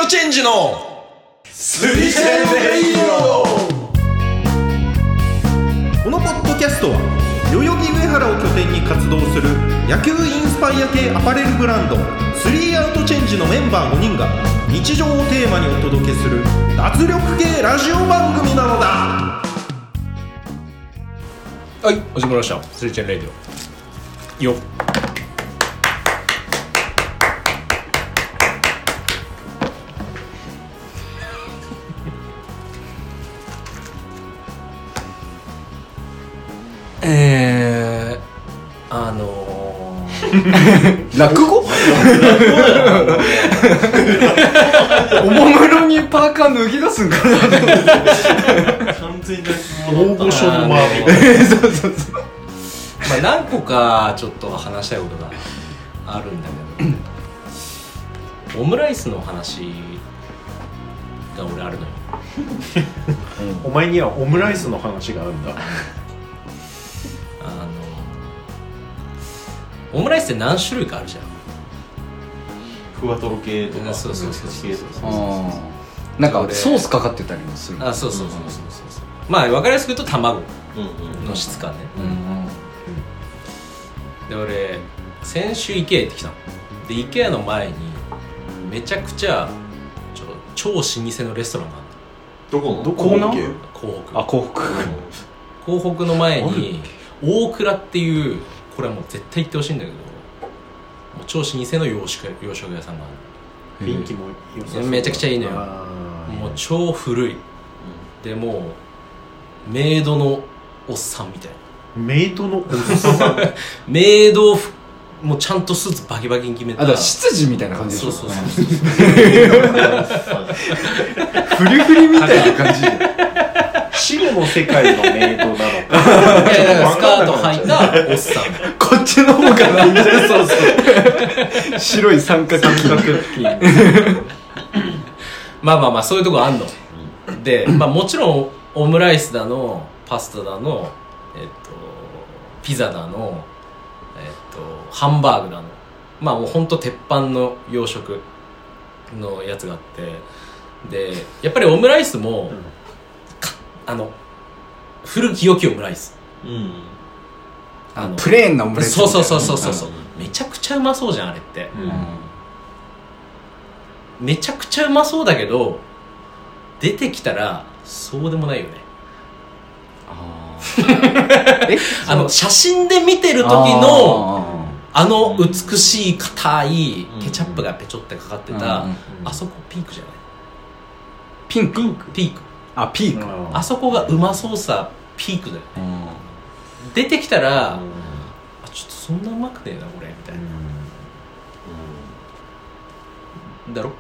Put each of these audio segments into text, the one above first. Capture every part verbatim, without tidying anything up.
チェンジのスリセンレイディオ。 このポッドキャストは代々木上原を拠点に活動する野球インスパイア系アパレルブランドスリーアウトチェンジのメンバーごにんが日常をテーマにお届けする脱力系ラジオ番組なのだ。 はい、始まりました。スリチェンレイディオよっ。えー、あのー、 落語おもむろにパーカー脱ぎ出すんかな完全に大御所の周りそうそうそうまあ何個かちょっと話したいことがあるんだけどオムライスの話が俺あるのよお前にはオムライスの話があるんだ。 あのオムライスって何種類かあるじゃん。 ふわとろ系とかそうそうそうそうそうなんかソースかかってたりもする。 あ、そうそうそうそうそうそう。まあ分かりやすく言うと卵の質感ね、 うんうんうん、 で俺先週 イケア 行ってきたので イケア の前にめちゃくちゃちょ超老舗のレストランがあった。 どこのどこの港北。 あ、港北港北の前に大倉っていう、これはもう絶対行ってほしいんだけど、もう超老舗の洋食洋食屋さんがある。 雰囲気も良さそう。 めちゃくちゃいいのよ。もう超古い、うん、でもうメイドのおっさんみたいな。 メイドのおっさんメイドもうちゃんとスーツバキバキに決めた。 あ、だから執事みたいな感じでしょ。 そうそうそうフリフリみたいな感じ白の世界のメイドなのか。 いやいやスカート履いたおっさんこっちの方がなんでそうそう白い三角筋まあまあまあそういうとこあんので、まあもちろんオムライスだのパスタだの、えっと、ピザだの、えっと、ハンバーグだの、まあもうほんと鉄板の洋食のやつがあって、でやっぱりオムライスも、うん、あの古き良きオムライス、うん、 あのプレーンなオムライス、 そうそうそうそうそう、うん、めちゃくちゃうまそうじゃんあれって、うん、めちゃくちゃうまそうだけど出てきたらそうでもないよね。あえあの写真で見てる時の あ, あの美しい硬いケチャップがペチョってかかってた、うん、あそこピークじゃない？ ピンク？ ピーク。 あ、ピーク。 あそこがうまそうさピークだよね、うん、出てきたら、うん、あちょっとそんなうまくねえなこれみたいな、うん、だろ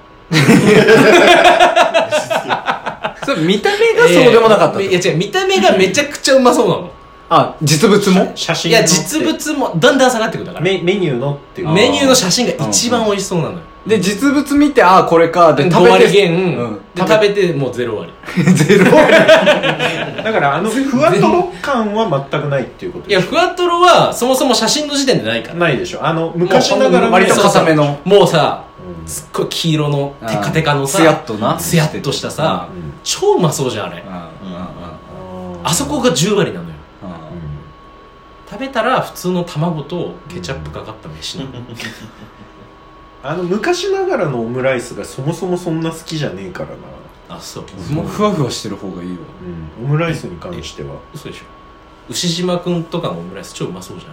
それ見た目がそうでもなかった、 えー、いや違う、見た目がめちゃくちゃうまそうなの。 あ、実物も？ 写真いや実物もだんだん下がってくるだからメ, メニューのっていうメニューの写真が一番美味しそうなのよ、うんうん、で実物見てあこれかでご割減、うん、で食べてもうゼロ割ゼロ割だからあのふわとろ感は全くないっていうことでしょ。 いやふわとろはそもそも写真の時点でないからないでしょ。あの昔ながらの割と固めのもうさ、うん、すっごい黄色のテカテカのさツヤっとなツヤっとしたさ、うん、超うまそうじゃんあれ、うんうんうん、あそこがじゅう割なのよ、うん、食べたら普通の卵とケチャップかかった飯なの、うん、 あの昔ながらのオムライスがそもそもそんな好きじゃねえからな。 あ、そう、 もうふわふわしてる方がいいよ、 うん、オムライスに関しては嘘でしょ。牛島くんとかのオムライス超うまそうじゃん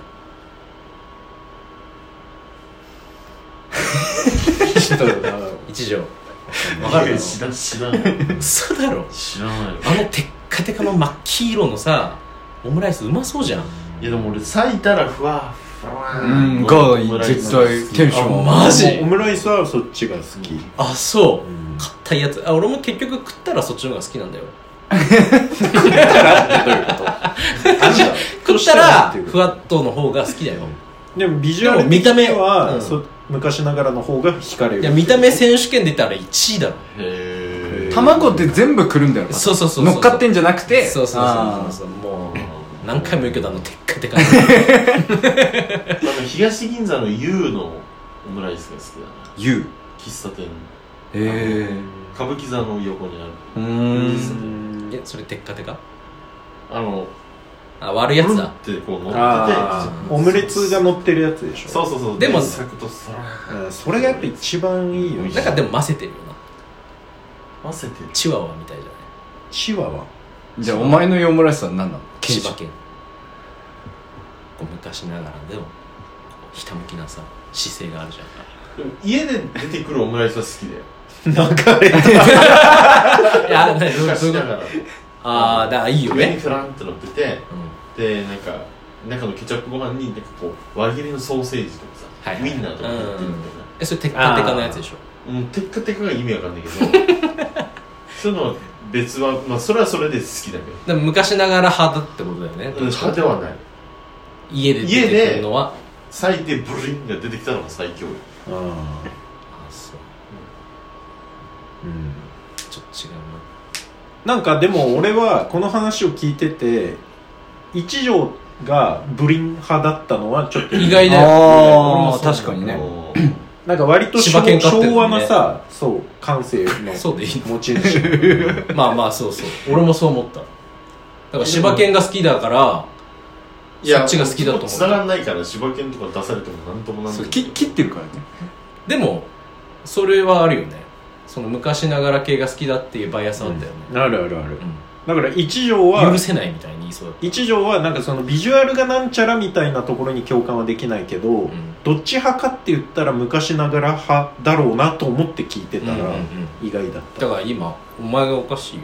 一条わかるの？ 知らん知らん嘘だろ。 知らない。 あのテッカテカの真っ黄色のさオムライスうまそうじゃん。 いやでも俺裂いたらふわふわうんが絶対テンション。 マジ？ オムライスはそっちが好き、うん、 あ、そう、うん、硬いやつ。あ、俺も結局食ったらそっちの方が好きなんだよ食ったらってどういうこと食ったらふわっとの方が好きだよ。 でもビジュアル的には、うん、そ昔ながらの方が惹かれる。 いや見た目選手権で言ったらいちいだろ。 へー。卵って全部くるんだよ。 そうそうそうそう。 乗っかってんじゃなくて。 そうそうそうそう。もう何回も言うけどあのテッカテカ東銀座の U のオムライスが好きだな。 U 喫茶店へ歌舞伎座の横にあるえ。うーん。 えそれテッカテカあのあ悪いやつだってこう乗っててあーオムレツが乗ってるやつでしょ。 そうそうそうでもサクとさうんそれがやっぱ一番いいよね。 なんかでも混ぜてるよな混ぜてるチワワみたいじゃないチワワ。 じゃあお前のオムライスは何なの？ 千葉県こう昔ながらでもひたむきなさ姿勢があるじゃんでも家で出てくるオムライスは好きだよ流れいや何どういう昔ながらああだからいいよね上にフランって乗っててでなんか中のケチャップご飯になんかこう輪切りのソーセージとかさ、 はいはいウインナーとか入ってるみたいなえそれテッカテカのやつでしょうんテッカテカが意味わかんないけどそういうのは別はまあそれはそれで好きだけどでも昔ながら派だってことだよねうん派ではない家で出てくるのは最低ブリンが出てきたのが最強よああそうーうんちょっと違うなんかでも俺はこの話を聞いてて一条がブリン派だったのはちょっと意外だよあ俺もあそう確かにね。 なんか割と千昭葉県飼ってるね昭和なさそう感性のそうでいい持ち主なまあまあそうそう俺もそう思っただから柴犬が好きだからいやそっちが好きだと思う繋がんないから柴犬とか出されてもなんともなんともそうき切ってるからね。 でもそれはあるよねその昔ながら系が好きだっていうバイアスあったよね、 あるあるあるうだから一条は許せないみたいに言いそうだった一条はなんかそのビジュアルがなんちゃらみたいなところに共感はできないけど、 んどっち派かって言ったら昔ながら派だろうなと思って聞いてたらうんうんうん意外だった、 だから今お前がおかしいよ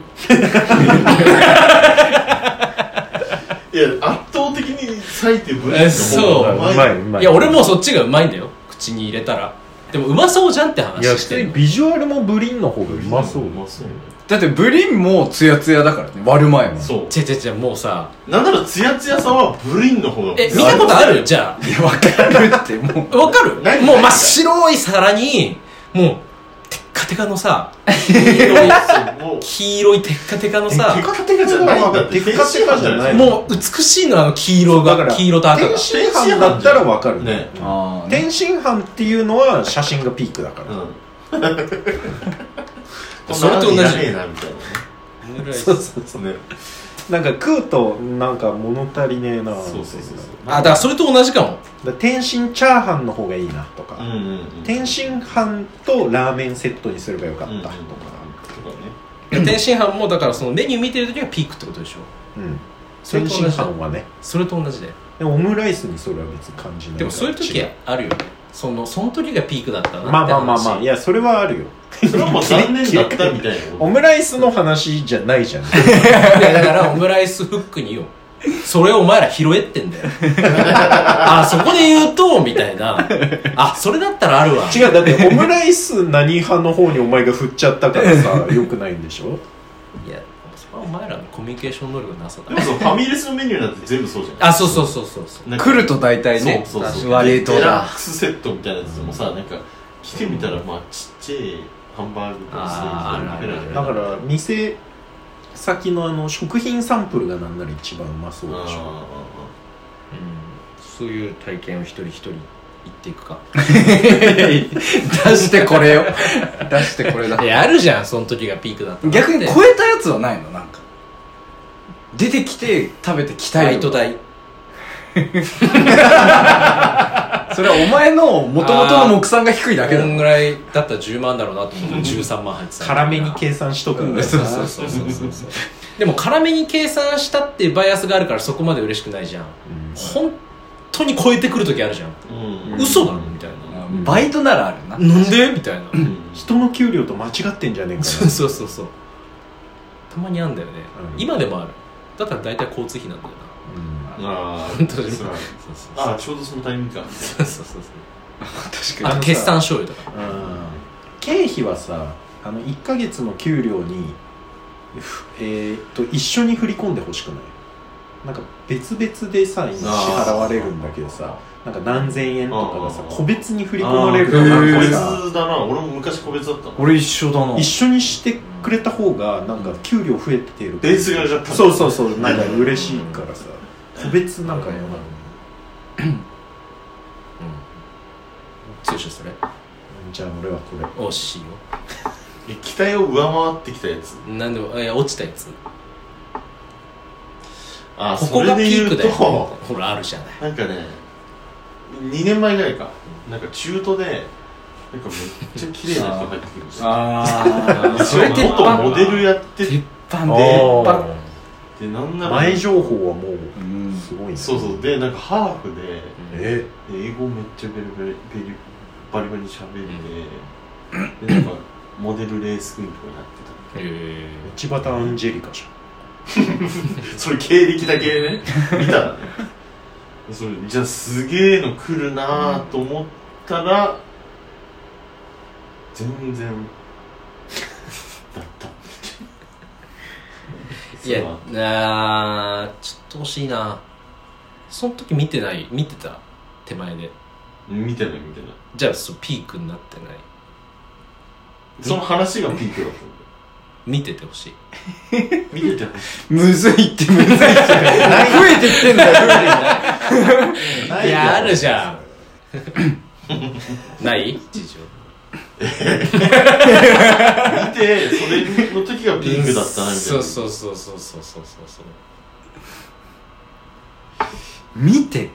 いや圧倒的に最低ブリンえのそう方がうまいうまいいや俺もそっちがうまいんだよ口に入れたらでもうまそうじゃんっていや話してる普通にビジュアルもブリンの方がうまそううまそうだってブリンもツヤツヤだからね。割る前も。 そうちゃちゃちゃもうさなんならツヤツヤさはブリンの方がえ見たことあるじゃいやわかるってもう。 あわかる何もう真っ白い皿にもうテッカテカのさ黄色いもう黄色いテッカテカのさテカテカじゃないんだってテカテカじゃないもう美しいのあの黄色だからが黄色と赤が天津飯だったらわかるねああ、ね。 天津飯っていうのは写真がピークだから、 うんそれと同じいらねえなみたいなねそうそうそうねなんか食うとなんか物足りねえなそうそうそうそうあだからそれと同じかもだから天津チャーハンの方がいいなとか、 うんうんうん天津飯とラーメンセットにすればよかったとか、 うんうんとかね天津飯もだからそのメニュー見てるときはピークってことでしょうんそれ天津と同じだ飯はねそれと同じだよでもオムライスにそれは別に感じないでもそういう時あるよねそのその時がピークだったなって話まあまあまあまあいやそれはあるよそれはもう残念だったみたいなオムライスの話じゃないじゃんいやだからオムライスフックによそれをお前ら拾えってんだよあそこで言うとみたいなあそれだったらあるわ違うだってオムライス何派の方にお前が振っちゃったからさよくないんでしょいやそれはお前らのコミュニケーション能力のなさだでもそうファミレスのメニューなんて全部そうじゃんあそうそうそうそうそうなんか来ると大体ね。 そうそうそううわ冷凍デラだッ。クスセットみたいなやつでもさなんか来てみたらまあちっちゃいハンバーグとあーかそういうの食べだから店先のあの食品サンプルがなんなら一番うまそうでしょうんそういう体験を一人一人言っていくか出してこれよ。出してこれだい。やあるじゃんその時がピークだったなって逆に超えたやつはないのなんか。出てきて食べてきたい。 バイト代それはお前の元々の目算が低いだけだこ。んぐらいだったらじゅうまんだろうなと思ってじゅうさんまん入ってた辛めに計算しとくんだよなそうそうそうそうそうそうでも辛めに計算したっていうバイアスがあるからそこまで嬉しくないじゃん本当に超えてくる時あるじゃんうん嘘なのみたいなバイトならあるな。 なんでみたいな人の給料と間違ってんじゃねえかそうそうそうそうたまにあんだよねうん今でもあるだったら大体交通費なんだよな、 ああ本当にそれはなそうそうああちょうどそのタイミングかそうそうそう確あと決算書類とかうん経費はさあのいっかげつの給料にふえー、っと一緒に振り込んでほしくないなんか別々でさ今支払われるんだけどさなんか何千円とかがさあー個別に振り込まれるとあーなん個別かさだな俺も昔個別だったの俺一緒だな。 一緒にしてくれた方がなんか給料増えてるベースが上がったそうそうそうなんか嬉しいからさ個別なんかやばいうん強いしそれじゃあ俺はこれ惜しいよ期待を上回ってきたやつ。 なんでもいや落ちたやつ。 あ、 ここがピークだよ、 それで言うほらあるじゃない。 となんかねにねんまえぐらいか、なんか中途でなんかめっちゃ綺麗な人入ってくるんですよ。 ああそれ鉄元モデルやって鉄板あでで、なんなら前情報はもううんすごいね。 そうそうで、なんかハーフでえ英語めっちゃベリベリベリバリバリ喋って、でなんかモデルレースクイーンとかやってへ道端アンジェリカじゃん。 た。それ経歴だけね見たらねそれじゃあすげえの来るなと思ったら全然だったいやなーちょっと惜しいな。その時見てない見てた手前で。 見てない見てない。 じゃあそうピークになってない。 その話がピークだったんだよ。 見ててほしい。 見ててむずいってむずいって増えてきてんだよ。 いやあるじゃんない事情見てそれの時がピークだったなみたいな。 そうそうそうそうそうそうそうそう見て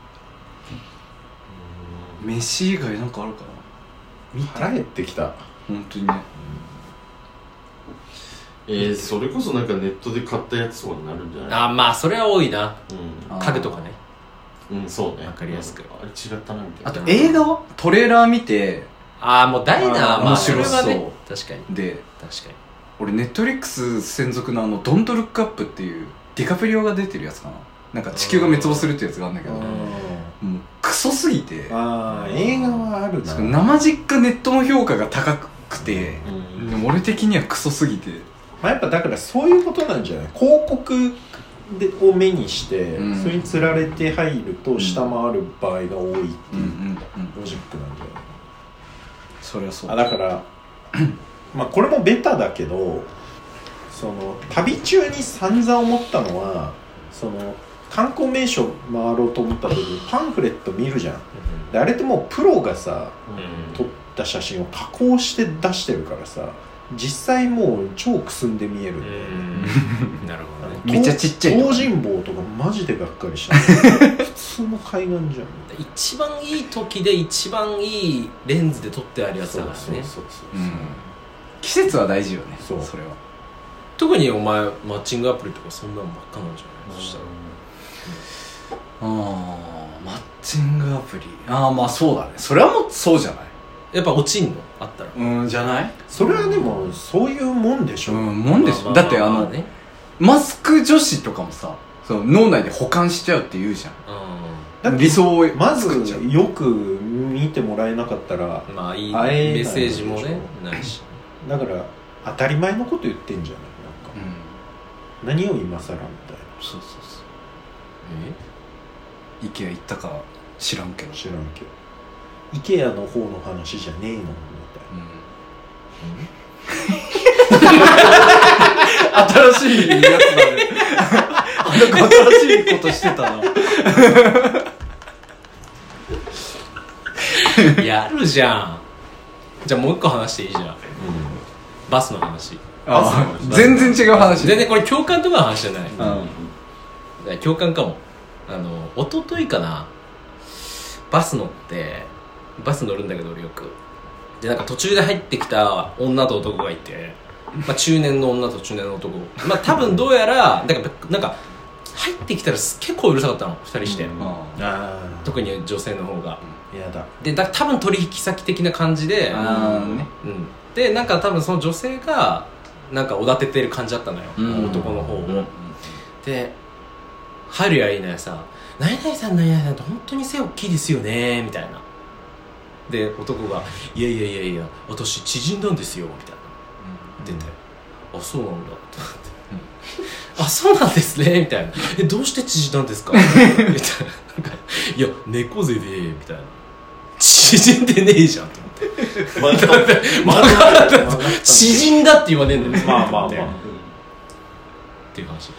飯以外なんかあるかな。見て腹減ってきた。 本当にね。 えー、それこそなんかネットで買ったやつとかになるんじゃない？ あまあそれは多いな。 うん家具とかね。 うん、そうね。 わかりやすく。 あれ違ったなみたいな。 あと映画はトレーラー見てああもうダイナーあーまあ面白そうそれはね確かにで確かに。 俺ネットフリックス専属のあのドントルックアップっていうディカプリオが出てるやつかな。なんか地球が滅亡するってやつがあるんだけど、もうクソすぎて、 ああ映画はあるな。 生実家ネットの評価が高くて、 うんでも俺的にはクソすぎて、 まあ、やっぱだからそういうことなんじゃない。広告でを目にして、 うんそれにつられて入ると下回る場合が多いっていううんうんうんロジックなんだよね。 それはそうあだからまあこれもベタだけど、その旅中に散々思ったのは、その観光名所回ろうと思った時にパンフレット見るじゃん。であれってもうプロがさ撮った写真を加工して出してるからさ、実際もう超くすんで見えるんだよね。 なるほどね。 めっちゃちっちゃい東尋坊とかマジでがっかりした普通の海岸じゃん。 一番いい時で一番いいレンズで撮ってあるやつだからね。 そうそうそうそう、 うん季節は大事よね。 そうそれは特にお前マッチングアプリとかそんなのばっかなんじゃない？そしたらあーマッチングアプリああまあそうだね。それはもうそうじゃない。 やっぱ落ちんのあったら。 うんじゃない。 それはでもそういうもんでしょ、 うんもんでしょ。 まあまあまあだってあのね。 マスク女子とかもさ、その脳内で保管しちゃうって言うじゃん。 だって理想をまず作っちゃう。 よく見てもらえなかったら、 まあいい会えないメッセージもねないし。 だから当たり前のこと言ってんじゃない。なんかうん何を今更みたいな。 そうそうそう。イケア行ったか知らんけど。 知らんけど IKEA の方の話じゃねえのみたいな。 新しいやつだね。なんか新しいことしてたな。 やるじゃん。じゃあもう一個話していいじゃん。バスの話。 あ全然違う話。 全然これ共感とかの話じゃない。 うんいや共感かも。あの一昨日かな、バス乗ってバス乗るんだけど俺よくで、なんか途中で入ってきた女と男がいて、まあ、中年の女と中年の男、まあ多分どうやらなんかなんか入ってきたら結構うるさかったのふたりして、 うんあ特に女性の方があやだ。 でだ多分取引先的な感じで、 あーねうん、でなんか多分その女性がなんかおだててる感じだったのよ、 うん男の方を、 うんで入るやいなやさ「何々さん何々さんって本当に背大きいですよね」みたいな。で男が「いやいやいやいや私縮んだんですよ」みたいな言ってて「あそうなんだ」ってなって「あそうなんですね」みたいな「えどうして縮んだんですか?」みたいななんか「いや猫背で」みたいな「縮んでねえじゃん」と思ってまだってままだ縮んだって言わねえんだよ。 まあまあまあっていう話。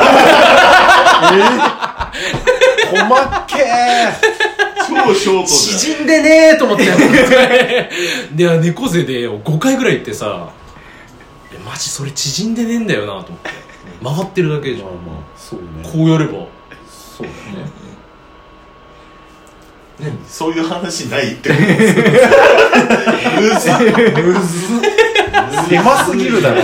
細っけー超ショートじ縮んでねーと思ってで猫背でごかいぐらい言ってさえマジそれ縮んでねえんだよなと思って曲がってるだけじゃん、 まあまあそうねこうやればそうだね何そういう話ないってことですむずっ狭すぎるだろ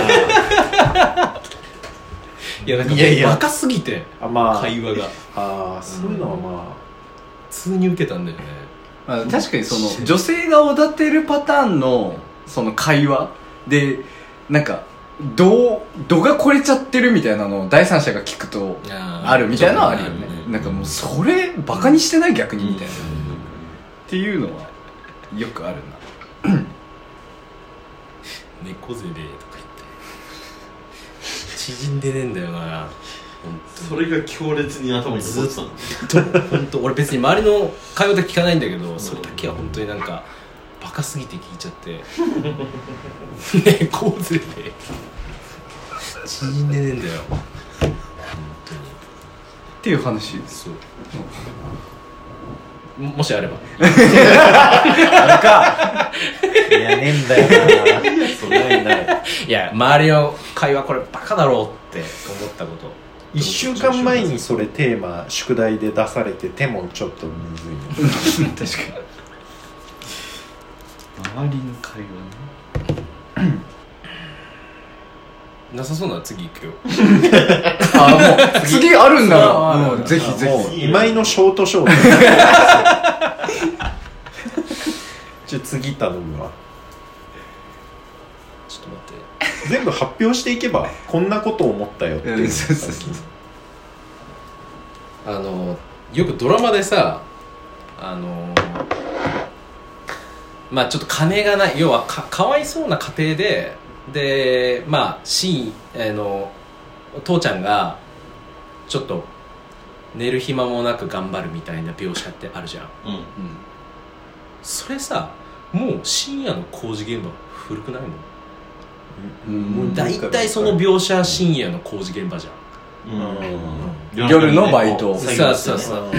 いやなんかいやいやバカすぎてあまあ会話がああそういうのはまあ普通に受けたんだよね。 まあ、確かにその女性がおだてるパターンのその会話でなんか度度が超れちゃってるみたいなのを第三者が聞くとあるみたいなのはあるよね。なんかもうそれバカにしてない逆にみたいなっていうのはよくあるな。 猫背でとか言って縮んでねえんだよな本当に。 それが強烈に頭に残ってたの。 ずっと本当俺別に周りの会話で聞かないんだけど、それだけは本当になんかバカすぎて聞いちゃって猫背で縮んでねえんだよ本当にっていう話です。 そう、ももしあればいやねえんだよなそうないないいや周りの会話これバカだろうって思ったこといっしゅうかんまえにそれテーマ宿題で出されててもちょっとむずいの確かに周りの会話ねなさそうなら次行くよあもう次あるんだそうな、うん、ぜひぜもうひ今井のショートショートじゃあ次頼むわ。 ちょっと待って全部発表していけばこんなこと思ったよっていう、 うんそうそうそうあのよくドラマでさあのまあちょっと金がない要は か, かわいそうな家庭ででまあシーンあの父ちゃんがちょっと寝る暇もなく頑張るみたいな描写ってあるじゃん、 うんうんそれさもう深夜の工事現場古くないの？ うんだいたいその描写深夜の工事現場じゃん、 うん夜のバイトそうそうそううん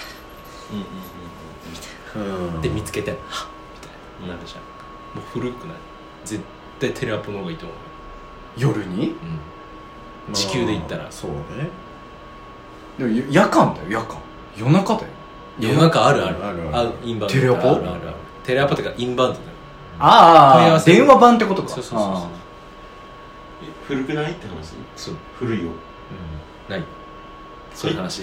うんで見つけてはっみたいななるじゃん。もう古くない絶対テレアポの方がいいと思うよ、 夜にうん、時給で言ったらそうねでも夜間だよ夜間夜中だよ夜中あるあるあるあるあインバウンドテレアポあるあるあるテレアポってかインバウンドだよあ問い合わせ電話版ってことか。 そうそうそうそうあ古くないって話。 そう古いよ。 ないそういう話ー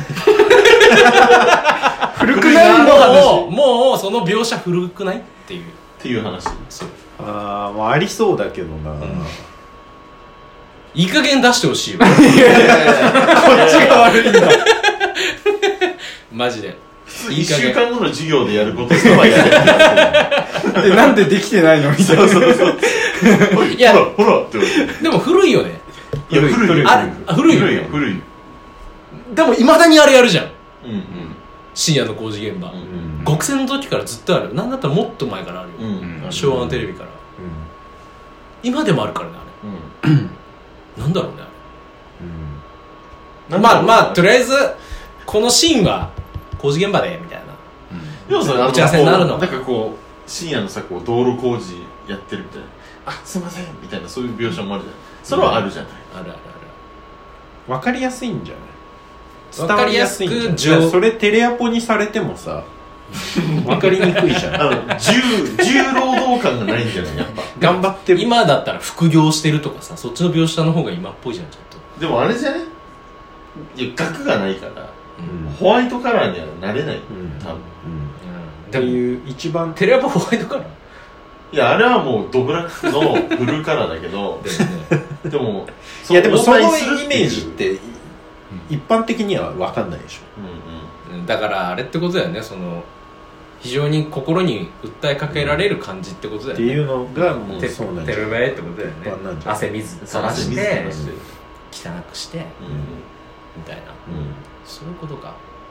古くないの話。 もうもうその描写古くないっていうっていう話。 そうあーまあありそうだけどな、 んいい加減出してほしいよこっちが悪いんだ。 マジでい一い加減週間後の授業でやることとはやる。 でなんでできてないのみたいな。 そうそうそう。 いやほらほらって言われて。 でも古いよねいや古いよ。 あれあ古いよ古いよ古いよ。 でもいまだにあれやるじゃんうんうん深夜の工事現場、 うん極戦の時からずっとあるなんだったらもっと前からあるよ、 うん昭和のテレビから、今でもあるからねあうんれなんだろうねあれうんまあまあとりあえずこのシーンは工事現場でみたいな要するにあの打ち合わせになるのこうなんかこう深夜のさこう道路工事やってるみたいなあすいませんみたいなそういう描写もあるじゃないそれはあるじゃないあるある分かりやすいんじゃない分かりやすく伝わりやすいんじゃないそれテレアポにされてもさ分かりにくいじゃんあの重重労働感がないんじゃないやっぱ頑張ってる今だったら副業してるとかさそっちの描写の方が今っぽいじゃんちょっとでもあれじゃねいや額がないからうんホワイトカラーにはなれないうん多分うんってでもいう一番テレアポホワイトカラーいやあれはもうドブラックのブルーカラーだけどだよねでもいやでもそのイ応対するメージって一般的には分かんないでしょうんうんだからあれってことだよねその非常に心に訴えかけられる感じってことだよねっていうのがもうてそうなんじゃないテルベってことだよ一般なんねじゃない汗水そうさらして汗水垂らして汚くしてうんみたいなうんそういうことか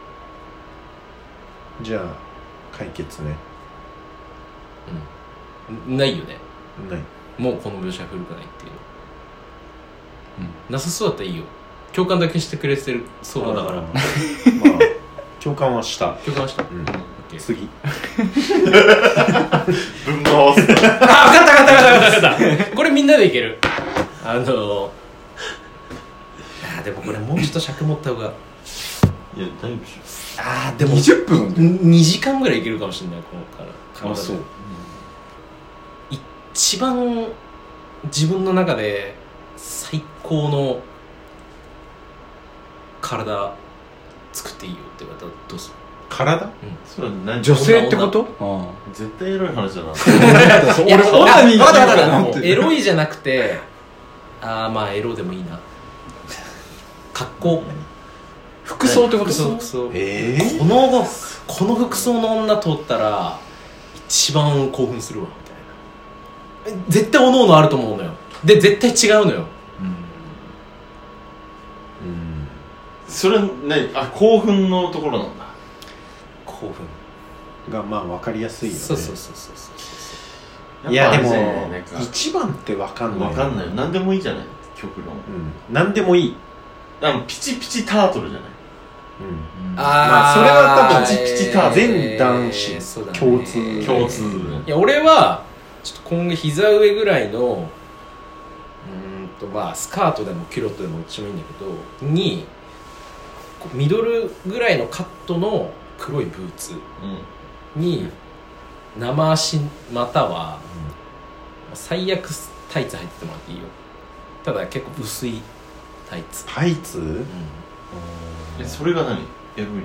じゃあ解決ねうんないよねないもうこの描写古くないっていうのうんなさそうだったらいいよ共感だけしてくれてるそうだからあーまあ共感はした共感したうんオッケけ？ 次分回すなあ、分かった分かった分かった分かったこれみんなでいける。あのー、あでもこれもうちょっと尺持った方がいや大丈夫でしあーでもにじゅっぷんにじかんぐらいいけるかもしれない。このからあそう、 一番自分の中で最高の体作っていいよって言われたらどうする？ 体？ ょそれは何？ 女性ってこと？あ絶対エロい話だないや俺オナニーわかったわかったなんてエロいじゃなくて、ああまあエロでもいいな。格好、 服装ってこと？ 服装服装。 えこのこの服装の女通ったら一番興奮するわみたいな。絶対おのおのあると思うのよ。で絶対違うのよ。 それは何？あ、興奮のところなんだ。 興奮がまあ分かりやすいよね。 そうそうそうそうそういやでもなんか一番って分かんない。 分かんないよ。何でもいいじゃない極論。 うん何でもいい。 あのピチピチタートルじゃない。 うんあまあそれは多分ピチピチタートル全男子そうだね共通共通。 いや俺はちょっと今後膝上ぐらいのうーんとまあスカートでもキュロットでもどっちもいいんだけどにミドルぐらいのカットの黒いブーツに生足または最悪タイツ履いててもらっていいよ。ただ結構薄いタイツ。 タイツ？ うんえ、それが何？エロいの？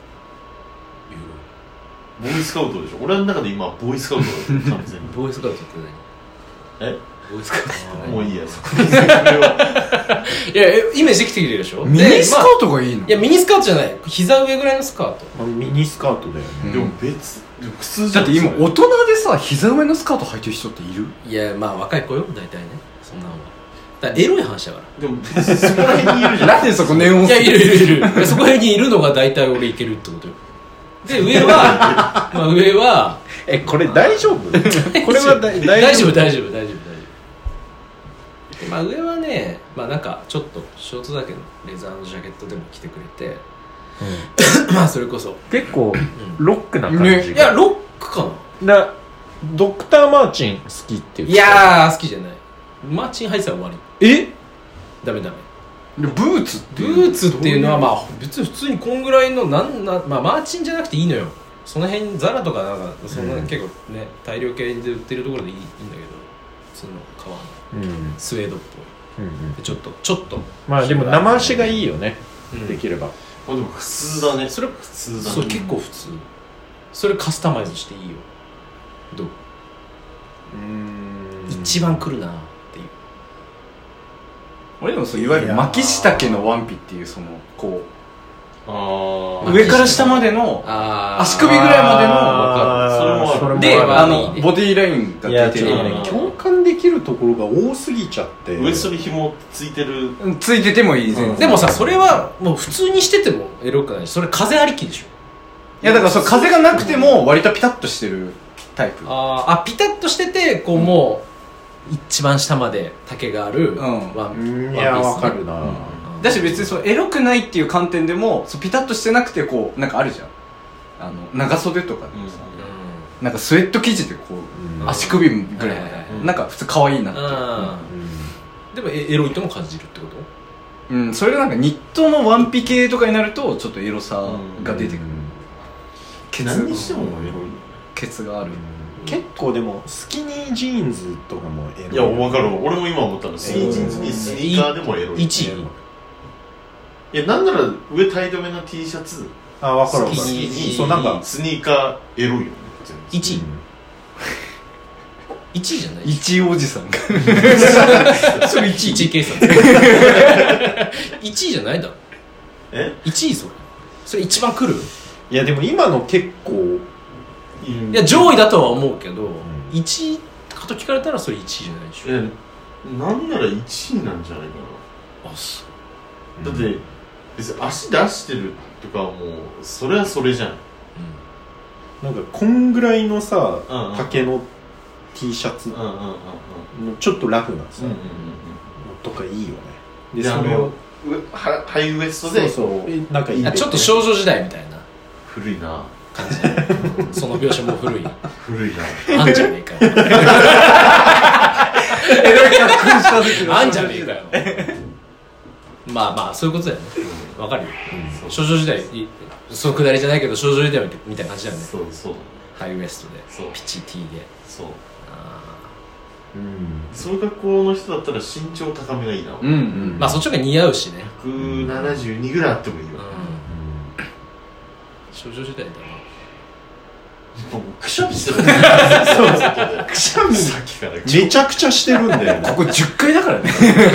ボーイスカウトでしょ。俺の中で今ボーイスカウトだよ完全に。 ボーイスカウトって何？ え？ ボーイスカウトって何？ もういいやそこにそれはいやイメージできてきてるでしょ。 ミニスカートがいいの？ いやミニスカートじゃない、膝上ぐらいのスカート。 まあミニスカートだよね。 でも別でも普通じゃん。 だって今それ大人でさ膝上のスカート履いてる人っている？ いやまあ若い子よ大体ねそんなのは。だからエロい話だから。 でも別にそこら辺にいるじゃん。 なんでそこネオンいやいるいるいるそこら辺にいるのが大体俺いけるってことよ。で上はまあ上はえこれ大丈夫？これは大大丈夫大丈夫大丈夫大丈夫。でまあ上はねまあなんかちょっとショートだけどレザーのジャケットでも着てくれて、まあそれこそ結構うんロックな感じが、 いやロックかな。 なドクター・マーチン好きって言っていやー好きじゃない。マーチン入ってたら終わり。 えダメダメ。 ブーツってブーツっていうのはまあ別に普通にこんぐらいのなんな、まあ、マーチンじゃなくていいのよ。その辺ザラとかなんかそんな結構ね大量系で売ってるところでいい、いいんだけど普通の革のうんスウェードっぽい。 うんうんでちょっとちょっとまあでも生足がいいよね、 うんできれば。 あでも普通だね。 それ普通だね。 そう結構普通。それカスタマイズしていいよ。どう？ うん一番来るなっていう。 俺でもそういわゆる巻き下家のワンピっていうそのこああう上から下までのあ足首ぐらいまでのあーそれもあるそれもでああいいねのボディラインがいや出てる違うね共感できるところが多すぎちゃってウエストに紐ついてる。 うんついててもいい全然でもさそれはもう普通にしててもエロくないし、それ風ありきでしょ。 いやだからそう風がなくても割とピタッとしてるタイプあーあピタッとしててこう、もう一番下まで丈があるうんワンピ、 うんいやワンピースねわかるな、 うんだし別にそうエロくないっていう観点でもそうピタッとしてなくてこうなんかあるじゃんあの長袖とかでもさ、なんかスウェット生地でこう、 うん足首ぐらいまで、 うんなんか普通可愛いなって、 うんでもエエロいとも感じるってこと？ うん、それがなんかニットのワンピ系とかになるとちょっとエロさが出てくる、ケツ何にしてもエロい。 ケツがある、 結構でもスキニージーンズとかもエロい。 いや分かる。俺も今思ったの。スキージーンズにスニーカーでもエロい。 いちいいやなんなら上タイトめの T シャツ、 あ分かる分かる。 スキニーそうなんかスニーカーエロいよね。 いちいいちいじゃない一位おじさんがそれいちいいちい計算いちいじゃないだろ。 え？ いちいそれそれ一番来る？ いやでも今の結構いや上位だとは思うけど、 んいちいかと聞かれたらそれいちいじゃないでしょ。 えなんならいちいなんじゃないかあそな。だって別に足出してるとかはもうそれはそれじゃん。 なんかこんぐらいのさうんうん丈の T シャツうんうんうんうんのちょっとラフなさ、 うんうんとかいいよね。 うん。 でであそれをのハハイウエストでそうそうえなんかいいうん、あちょっと少女時代みたいな古いな。 感じその描写もう古い古いなあんじゃねえかよえらい格好した時のあんじゃねえかよまあまあそういうことだよねわかるよ、うん、少女時代そのくだりじゃないけど少女時代みたいな感じだよねそうそうハイウエストでそうピチ T でそうあうん、 そういう学校の人だったら身長高めがいいな、 うんうん、 まあそっちが似合うしねひゃくななじゅうにぐらいあってもいいよ、うんうん、 少女時代だなもうくしゃみしてるくしゃみさっきからめちゃくちゃしてるんだよねここじゅっかいだからね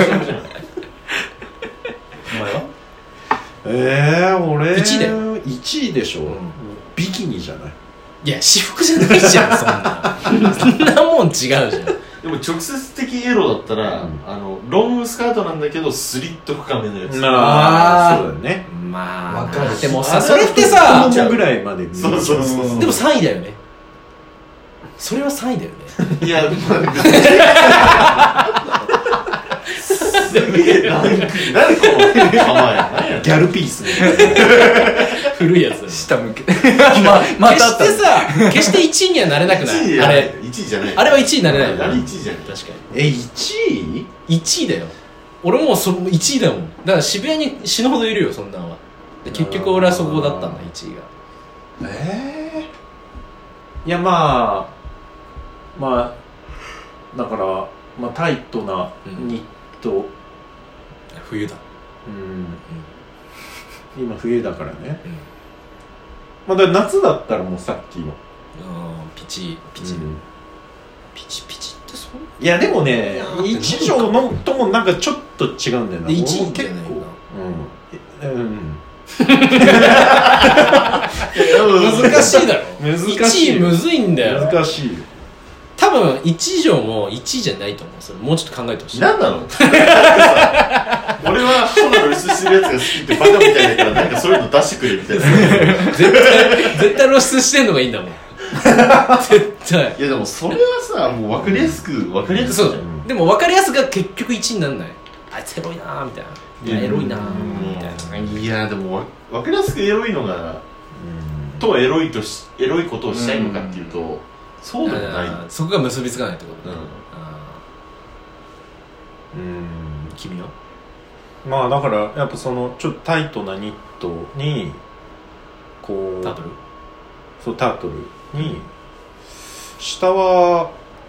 お前はえー、俺いちいだよいちいでしょ、うん、ビキニじゃないいや私服じゃないじゃんそんなそんなもん違うじゃんでも直接的エロだったら、うん、あのロングスカートなんだけどスリット深めのやつああそうだよねまあ分かるでもさそれってさ太ももぐらいまで見そうそうそうそうでもさんいだよねそれはさんいだよねいやまあすげえ何この構えギャルピース古いやつ下向けままた決してさ決していちいにはなれなくないあれいちいじゃないあれはいちいになれないあれいちいじゃない確かにえいちいいちいだよ俺もうそいちいだもんだから渋谷に死ぬほどいるよそんなんはで結局俺はそこだったんだいちいがええー、いやまあまあだから、まあ、タイトなニット、うん、 冬だうん、うん、今冬だからね、うん、まあだから夏だったらもうさっきのピチピチ、うん、ピチピチってそういやでもね一条のともなんかちょっと違うんだよな一位結構うん、うん難しいだろ難しいいちいむずいんだよ難しいよ多分いち条もいちいじゃないと思うそれもうちょっと考えてほしい何なの俺はホラー露出してるやつが好きってバカみたいだからなんかそういうの出してくれみたいな絶対絶対露出してんのがいいんだもん絶対いやでもそれはさもう分かりやすく分かりやすくそうでも分かりやすが結局いちにならないあいつエロいなーみたいないやエロいなーみたいないやでも分かりやすくエロいのがとエロいとしエロいことをしたいのかっていうとそうでもないそこが結びつかないってことねうん、うん、 君はまあだからやっぱそのちょっとタイトなニットにこうタートルそうタートルに下は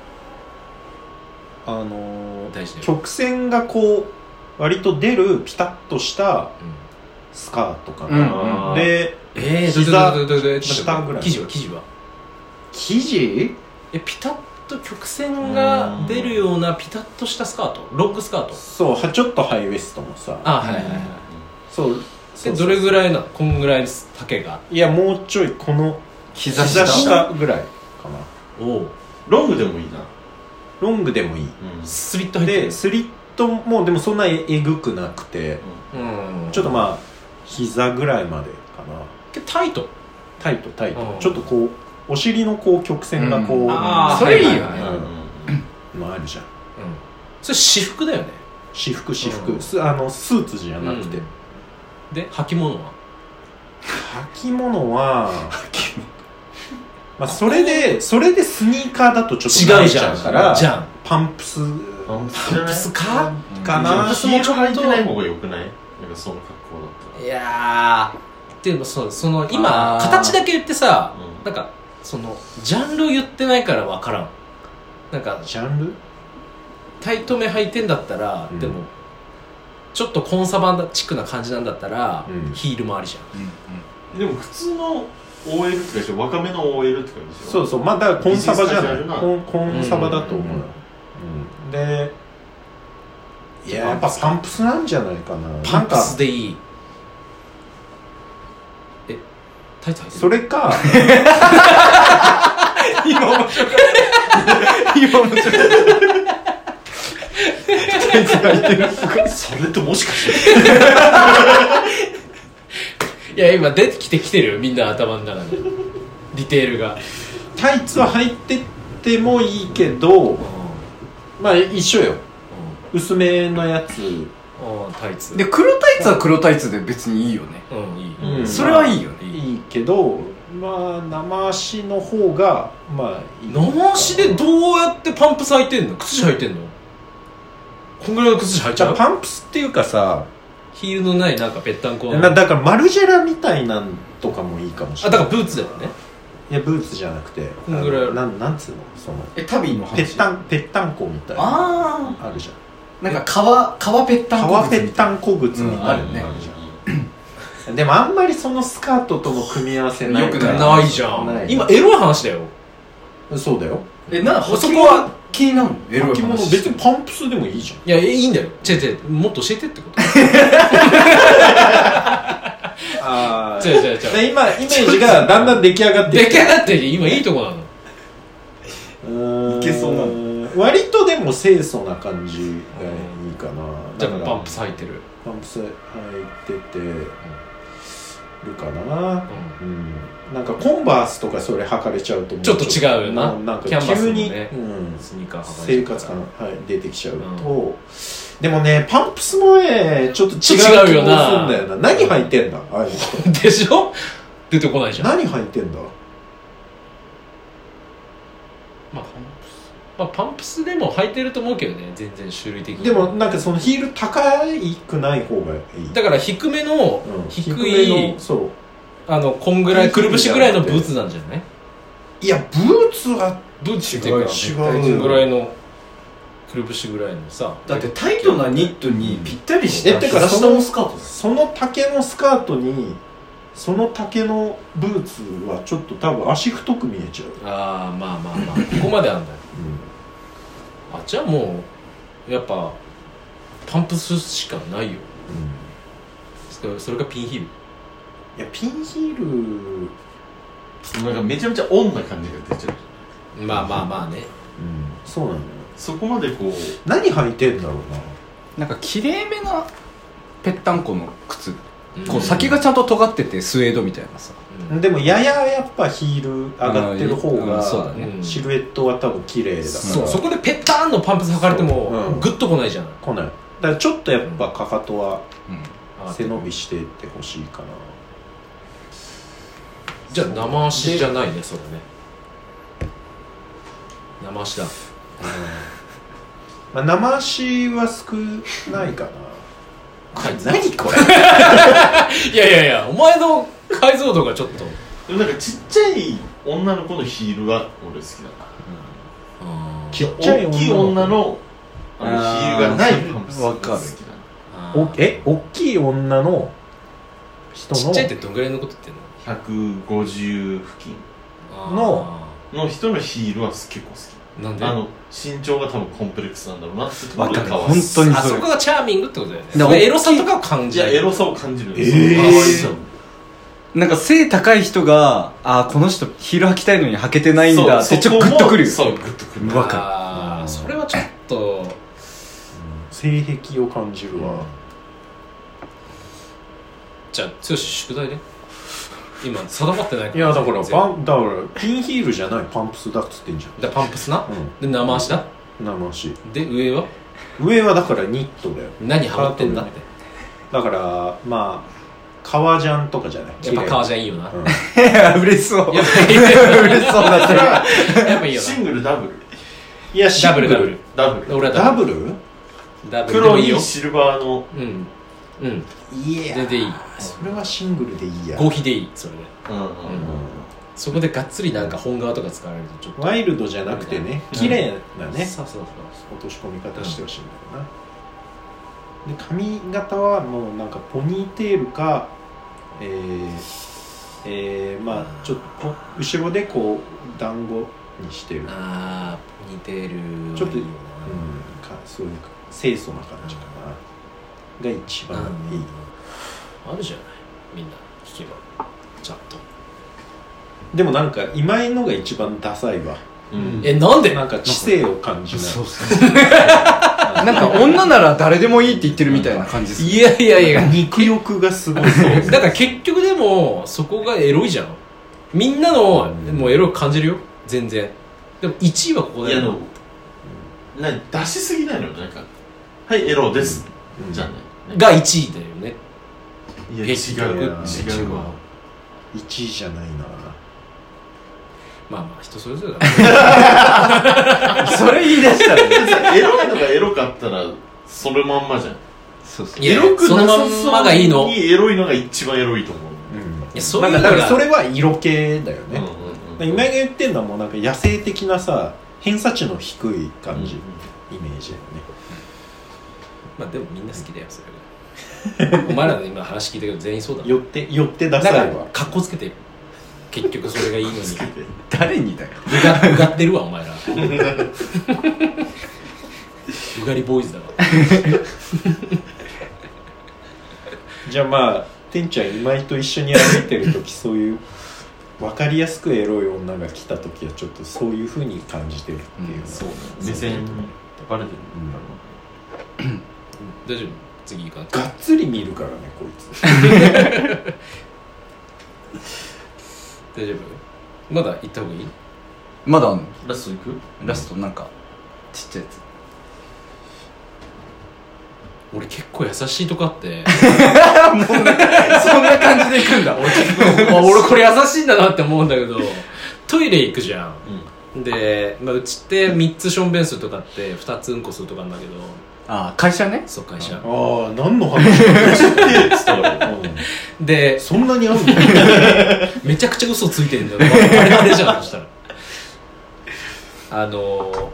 あのー、曲線がこう割と出るピタッとしたスカートかな、うん、で、 えー、 膝下ぐらい生地は生地は生地えピタッと曲線が出るようなピタッとしたスカートロングスカートそうちょっとハイウエストもさあはいはいはい、うん、 そうでどれぐらいなのこんぐらい丈がいやもうちょいこの膝下ぐらいかなおロングでもいいなロングでもいい、 うん、スリット入ってるでスリットもでもそんなえぐくなくて、うん、ちょっとまあ膝ぐらいまでかなタイトタイトタイト、うん、ちょっとこうお尻のこう曲線がこう、うん、 あそれいいよね、 うん、のあるじゃん、うん、 それ私服だよね私服私服、うん、ス, あのスーツじゃなくて、うん、 で履物は履物はまあそれでそれでスニーカーだとちょっと違うじゃんからじゃんパンプスパンプスかかなヒール履いてない方がよくないなんかその格好だったらいやーでもそうその今形だけ言ってさ、うん、なんかそのジャンルを言ってないから分からんなんかジャンルタイトめ履いてんだったら、うん、でもちょっとコンサバチックな感じなんだったら、うん、ヒールもありじゃん、うんうん、でも普通の オーエル ってかでしょ若めの オーエル って感じでしょそうそうまあだからコンサバじゃないコン、コンサバだと思う、うんうんうん、でいややっぱパンプスなんじゃないかなパンプスでいいえタイツ履いてるそれか今面白かった今面白かったそれってもしかしていや今出てきてきてるよみんな頭の中でディテールがタイツは履いてってもいいけど、うん、まあ一緒よ、うん、薄めのやつタイツで黒タイツは黒タイツで別にいいよねうんいい、 うん、 それはいいよねいいけどまあ生足の方がまあいい生足でどうやってパンプス履いてんの？靴下履いてんの？こんぐらいの靴下履いちゃう？ パンプスっていうかさ、 ヒールのないなんかぺったんこの、 なだからマルジェラみたいなんとかもいいかもしあ、 れない。 だからブーツだよね。 いやブーツじゃなくて、 こんぐらいあるなんなんつうの、そのえタビーの話ぺったんぺったんこみたいなああるじゃん。 あなんか革革ぺったんこ革ぺったんこ靴みたいなのうんあるねじゃん。でもあんまりそのスカートとの組み合わせないからよくないじゃん。 ない今エロい話だよ。 そうだよ。 えなそこそこはは気になるのエロい履物話別にパンプスでもいいじゃん。 いや、いいんだよ。違う違う、もっと教えてってこと。 あ違う違う違う。 で今イメージがだんだん出来上がって出来上がって今いいとこなの。 うーんいけそうな割とでも清楚な感じがいいかな。 じゃあだからパンプス履いてる。 パンプス履いててるかな。うんなんかコンバースとかそれ履かれちゃうとちょっと違うよなもうなんかキャンバス急に、 のねうん、 スニーカー履かれ生てる活感、はい、出てきちゃうと、でもねパンプスもねちょっと違う気もす違うよるんなだよな。何履いてんだああいう人でしょ？出てこないじゃん。 何履いてんだ。 まあパンプス、まあ、パンプスでも履いてると思うけどね、全然種類的に。 でもなんかそのヒール高くない方がいい。 だから低めの、 うん低めいのそうあのこんぐらいくるぶしぐらいのブーツなんじゃない？ いやブーツはブーツっていうか違うこんぐらいのくるぶしぐらいのさ。 だってタイトなニットにぴったりしたえてか膝下のスカートですその丈のスカートにその丈のブーツはちょっと多分足太く見えちゃう。 ああまあまあまあここまであんだよ。あ、じゃあもうやっぱパンプスしかないよ。それそれがピンヒール。 いやピンヒール、 なんかめちゃめちゃオンな感じが出ちゃう。 まあまあまあね。 そうなんだよ。 そこまでこう何履いてんだろうな。 なんか綺麗めなぺったんこの靴、 うんこう先がちゃんと尖っててスウェードみたいなさ、 うんでもやややっぱヒール上がってる方うんそうだがねシルエットは多分綺麗だからそうそこでペッターンのパンプス履かれてもうんグッとこないじゃん。 来ない。だからちょっとやっぱかかとはうん背伸びしてってほしいかな。 じゃあ生足じゃないね、それね。生足だ。 まあ、生足は少ないかな。何これいやいやいや、お前の解像度がちょっと。 でもなんかちっちゃい女の子のヒールは俺好きだな。 ちっちゃい大きい女のあのヒールがないパンプスがわかる好きだな。 おえ大きい女の人のちっちゃいってどんぐらいのこと言ってんの？ ひゃくごじゅう付近のの人のヒールは結構好き。 なんで？ あの身長が多分コンプレックスなんだろうなってところでわかる可愛い。 本当にあそれそこがチャーミングってことだよね。 でもそれエロさとかを感じる。 いやエロさを感じる。 えーその可愛さをなんか背高い人があーこの人ヒール履きたいのに履けてないんだってちょっとグッとくるよ。 そうグッとくる。 わかるあーそれはちょっと性癖を感じるわ。 じゃあ剛宿題で今定まってないから。 いやだから全然パンだからピンヒールじゃないパンプスだっつってんじゃん。 だからパンプスな、 うで生足だ生足。 で上は上はだからニットだよ。 何ハマってんだって。 だからまあ革ジャンとかじゃない。 やっぱ革ジャン。 ャンいいよな、 うんいや嬉しそうやっぱいいよな嬉しそうだったやっぱいいよな。 シングルダブルいやシングルダブルダブルダブル俺はダブルダブルでもいいよ。 黒いシルバーのうんうんいや全然いい。 それはシングルでいいや。 合皮でいいそれで。 うんうんうんそこでがっつりなんか本革とか使われるとちょっとワイルドじゃなくてね綺麗なねそうそうそう落とし込み方してほしいんだよな。で髪型はもうなんかポニーテールかえー、えー、まあちょっとこ後ろでこう団子にしてるあーポニーテールちょっといいようんかそういう清楚な感じかなが一番な、 いい。 あるじゃないみんな聞けばちゃんと。 でもなんか今井のが一番ダサいわ。 うんえなんでなんか知性を感じない。 そうそうなんか女なら誰でもいいって言ってるみたいな感じですいやいやいや肉欲がすごいそう。 だから結局でもそこがエロいじゃん。みんなのもうエロく感じるよ全然。でもいちいはここだよ。 いやでもな出しすぎないのよ。なんかはいエロですうんじゃないがいちいだよね。 いや違結局う違いやうわ。 いちいじゃないな。 まあまあ人それぞれだねそれ言い出したらエロいのがエロかったらそれまんまじゃん。 そうそう。 いやエロくなさそのまんまがいいのそうにエロいのが一番エロいと思う。 いやそういうのがだからそれは色気だよね、 うんうんうん、 今が言ってんのはもうなんか野生的なさ偏差値の低い感じ、イメージだよね。 まあでもみんな好きだよそれがお前らの今話聞いたけど全員そうだ寄って寄ってダだからサいわ。 カッコつけてる結局それがいいのにつけて誰にだよ。 うがうがってるわお前らうがりボーイズだわじゃあまあてんちゃん今井と一緒に歩いてる時そういう分かりやすくエロい女が来た時はちょっとそういう風に感じてるっていう、 うんそうね目線バレてるんだろ大丈夫次行かんがっつり見るからねこいつ大丈夫まだ行った方がいいまだあんの？ う。ラストいく？ ラストなんかちっちゃいやつ。 俺結構優しいとこあってもうね、そんな感じで行くんだ。 俺結構俺これ優しいんだなって思うんだけどトイレ行くじゃん、 うんで、まあ、うちってみっつしょんべんするとかってふたつうんこするとかあるんだけどああ、会社ね。 そう会社ああ何の話知ってるっつったら、うんでそんなにあんのめちゃくちゃ嘘ついてんだよあれあれじゃんそしたらあのー、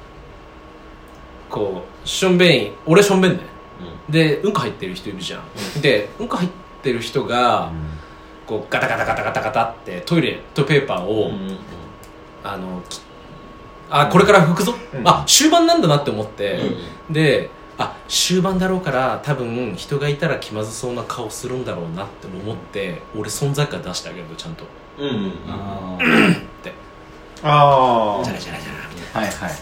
こうしょんべん俺しょんべんねでうんこ入ってる人いるじゃん、うん、でうんこ入ってる人が、こうガタガタガタガタガタってトイレットペーパーを、うんうんうん、あのあこれから拭くぞ、うん、あ終盤なんだなって思って、うん、であ終盤だろうから多分人がいたら気まずそうな顔するんだろうなって思って俺存在感出してあげるのちゃんとうんうんうんあーってああジャラジャラジャラはいはいはい。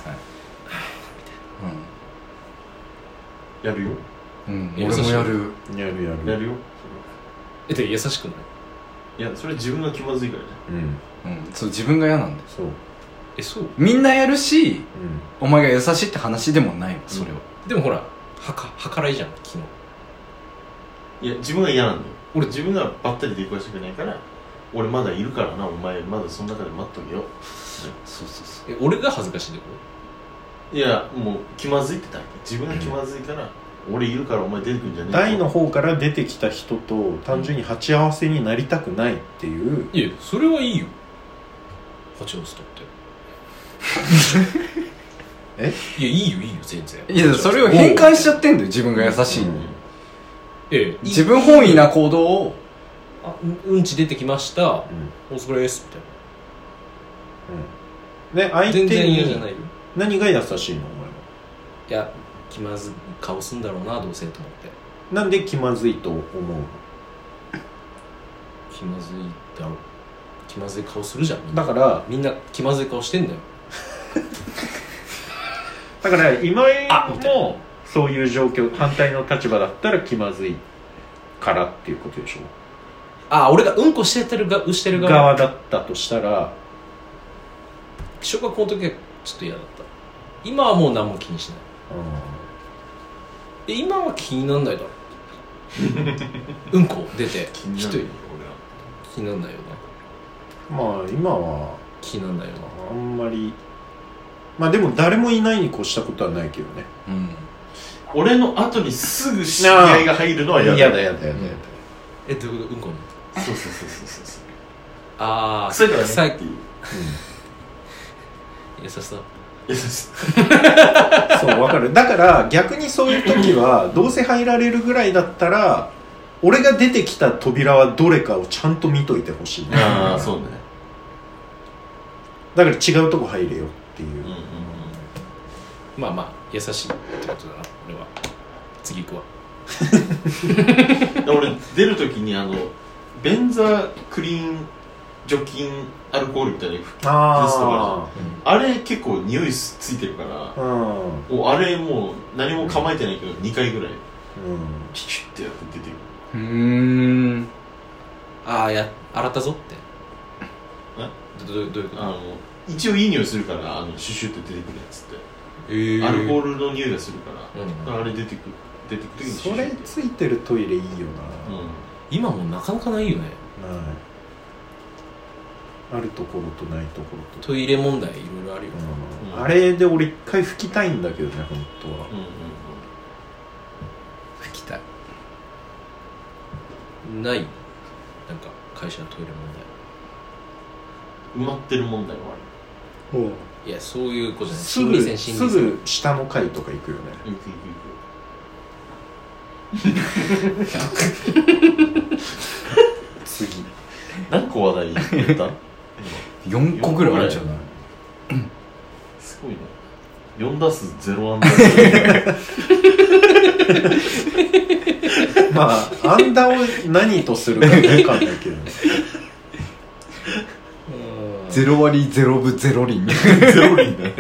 やるようん。うん、俺もやる。 やるやるやるよえで優しくないいやそれ自分が気まずいからねうんうん。そう、自分が嫌なんだよ。 そうえそうみんなやるし、 うんお前が優しいって話でもないわ、それは。 でもほらはか計らいじゃん昨日いや自分が嫌なんだよ俺自分がばったり出くわしたくないから俺まだいるからなお前まだその中で待っとけよそうそうそう。 え俺が恥ずかしいってこいやもう気まずいってだけ自分が気まずいから、うん、俺いるからお前出てくんじゃねえか大の方から出てきた人と単純に鉢合わせになりたくないっていうといやそれはいいよ鉢合わせとってえいやいいよいいよ全然いや、それを変換しちゃってんだよ、自分が優しいのに。 ええ自分本位な行動を、 あうんち出てきました、 うんお疲れですみたいね相手な全然嫌じゃにないよ何が優しいのお前はいや気まずい顔すんだろうなどうせと思ってなんで気まずいと思うの気まずいだろ気まずい顔するじゃんみんなだからみんな気まずい顔してんだよだから今井あみたいもそういう状況反対の立場だったら気まずいからっていうことでしょあ俺がうんこしてるがしてる側側だったとしたら小学校の時はちょっと嫌だった今はもう何も気にしないえ今は気になんないだろうんこ出て気にな一人るよ気になんないよなまあ今は気になんないよなあんまりまあでも誰もいないに越したことはないけどねうん。 俺俺の後にすぐ知り合いが入るのは嫌だ嫌だ嫌だ嫌だ嫌だえどういうことうんこにそうそうそうそうそうああ臭いからね臭いっていう優しさ優しそうわかるだから逆にそういう時はどうせ入られるぐらいだったら俺が出てきた扉はどれかをちゃんと見といてほしいねああそうねだから違うとこ入れよっていう、 うんうんうんまあまあ優しいってことだな俺は次行くわ俺出るときにあのベンザクリーン除菌アルコールみたいなテストがあるじゃんあれ結構匂いついてるからうんもうあれもう何も構えてないけどにかいぐらいうんピシュッてやって出てくるうーん。 ああや洗ったぞってえどどどういうことあの一応いい匂いするからあのシュシュッて出てくるやつってえーアルコールの匂いがするから、 うんだからあれ出てくる出てくる時にシュそれシュッてついてるトイレいいようん今もうなかなかないよねな、ないあるところとないところとトイレ問題いろいろあるよ、 うん、あれで俺一回拭きたいんだけどね本当は、うんうんうん、 拭きたいないなんか会社のトイレ問題埋まってる問題もある。 いやそういうことじゃない。 すぐすぐ下の階とか行くよね。 行く行く行く次何個話題言った？ よんこぐらいあるじゃない。 すごいね。よん打数ゼロアンダーまあアンダーを何とするか分かんないけどゼロ割ゼロ分ゼロ厘ゼロ厘ね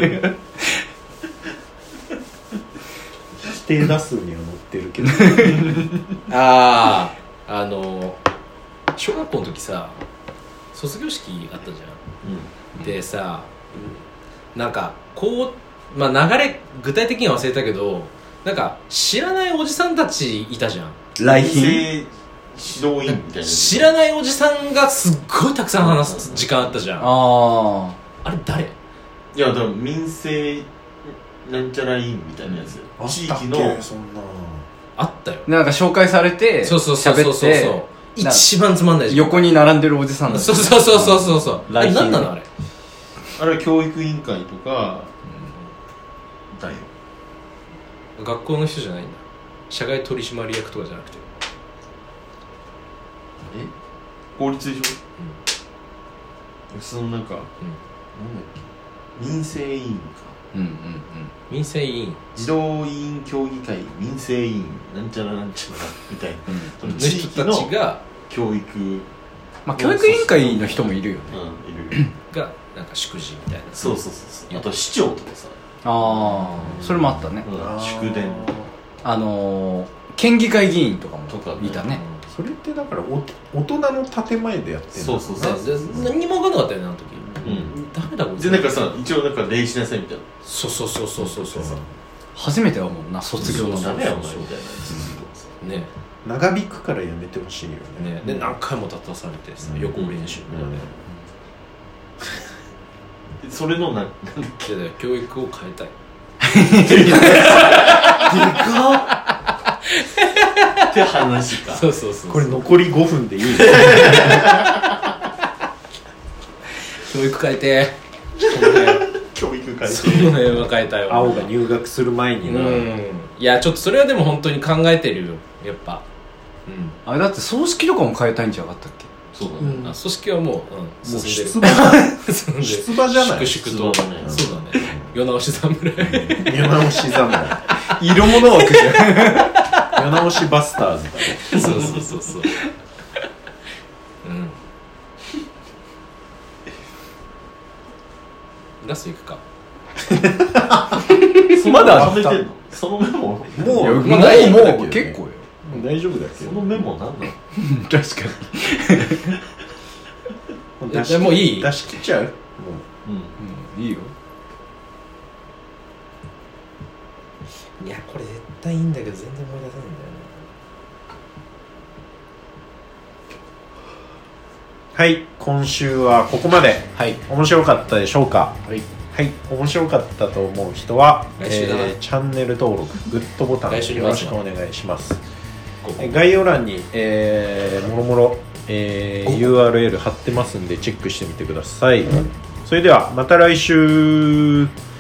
指定打数には載ってるけどあああの小学校の時さ卒業式あったじゃん、うん、でさなんかこうまあ流れ具体的には忘れたけどなんか知らないおじさんたちいたじゃん。 来賓指導員みたいな。 知らないおじさんがすっごいたくさん話す時間あったじゃん。 ああれ誰？ いやだから民生なんちゃら委員みたいなやつ、うん、地域のそんなあったよ。 なんか紹介されてそうそうそうそうそうそう一番つまんない時間横に並んでるおじさんだ、ね、 そうそうそうそうそうそうあれ何なのあれあれは教育委員会とか、うん、だよ。 学校の人じゃないんだ。社外取締役とかじゃなくてえ法律でしょ、うん、そのなんか、うん、なんだっけ民生委員かうんうんうん民生委員児童委員協議会民生委員なんちゃらなんちゃらみたいな、 うん、の人たちが教育まあ教育委員会の人もいるよね、 うん、いるがなんか祝辞みたいな。 そうそうそうそう。あと市長とかさああそれもあったね、 うん、祝電あのー、県議会議員とかもいたね。 それってだからお大人の建前でやってるそうそうそう何にも分かんなかったよねあの時。 うん、 ダメだこれでなんかさ一応なんか礼しなさいみたいな。 そうそうそうそうそうそう初めてはもんな卒業のダメやお前みたいな。 ね長引くからやめてほしいよね。 ねで何回も立たされてさ、うん、予行練習みたいな、 うん、それのななんだっけいや教育を変えたいでかっって話か。 そうそうそう。 これ残りごふんでいい教育変えて教育変えてその辺は変えたよ。 青が入学する前にな、うん、 いやちょっとそれはでも本当に考えてるよやっぱ、うん、 あれだって葬式とかも変えたいんじゃなかったっけ。 そうだね、 うん、あ組織はもう、うん、もう出馬出馬じゃない粛々と、ね、そうだね世直し侍世直し侍色物枠じゃん世直しバスターズだねそうそうそうそううんラストいくかまだめてんのそのメモもうもうもう結構よ大丈夫だけどそのメモなんなの確かに出しもういい出し切っちゃうもう、 うん、いいよ。 いやこれ絶対いいんだけど全然思い出せないんだよな。はい今週はここまで。 はい面白かったでしょうか。 はいはい面白かったと思う人は、 来週だな、 えー、チャンネル登録グッドボタンよろしくお願いします。 ここ概要欄に、えー、もろもろ、えー、ユーアールエル 貼ってますんでチェックしてみてください。それではまた来週。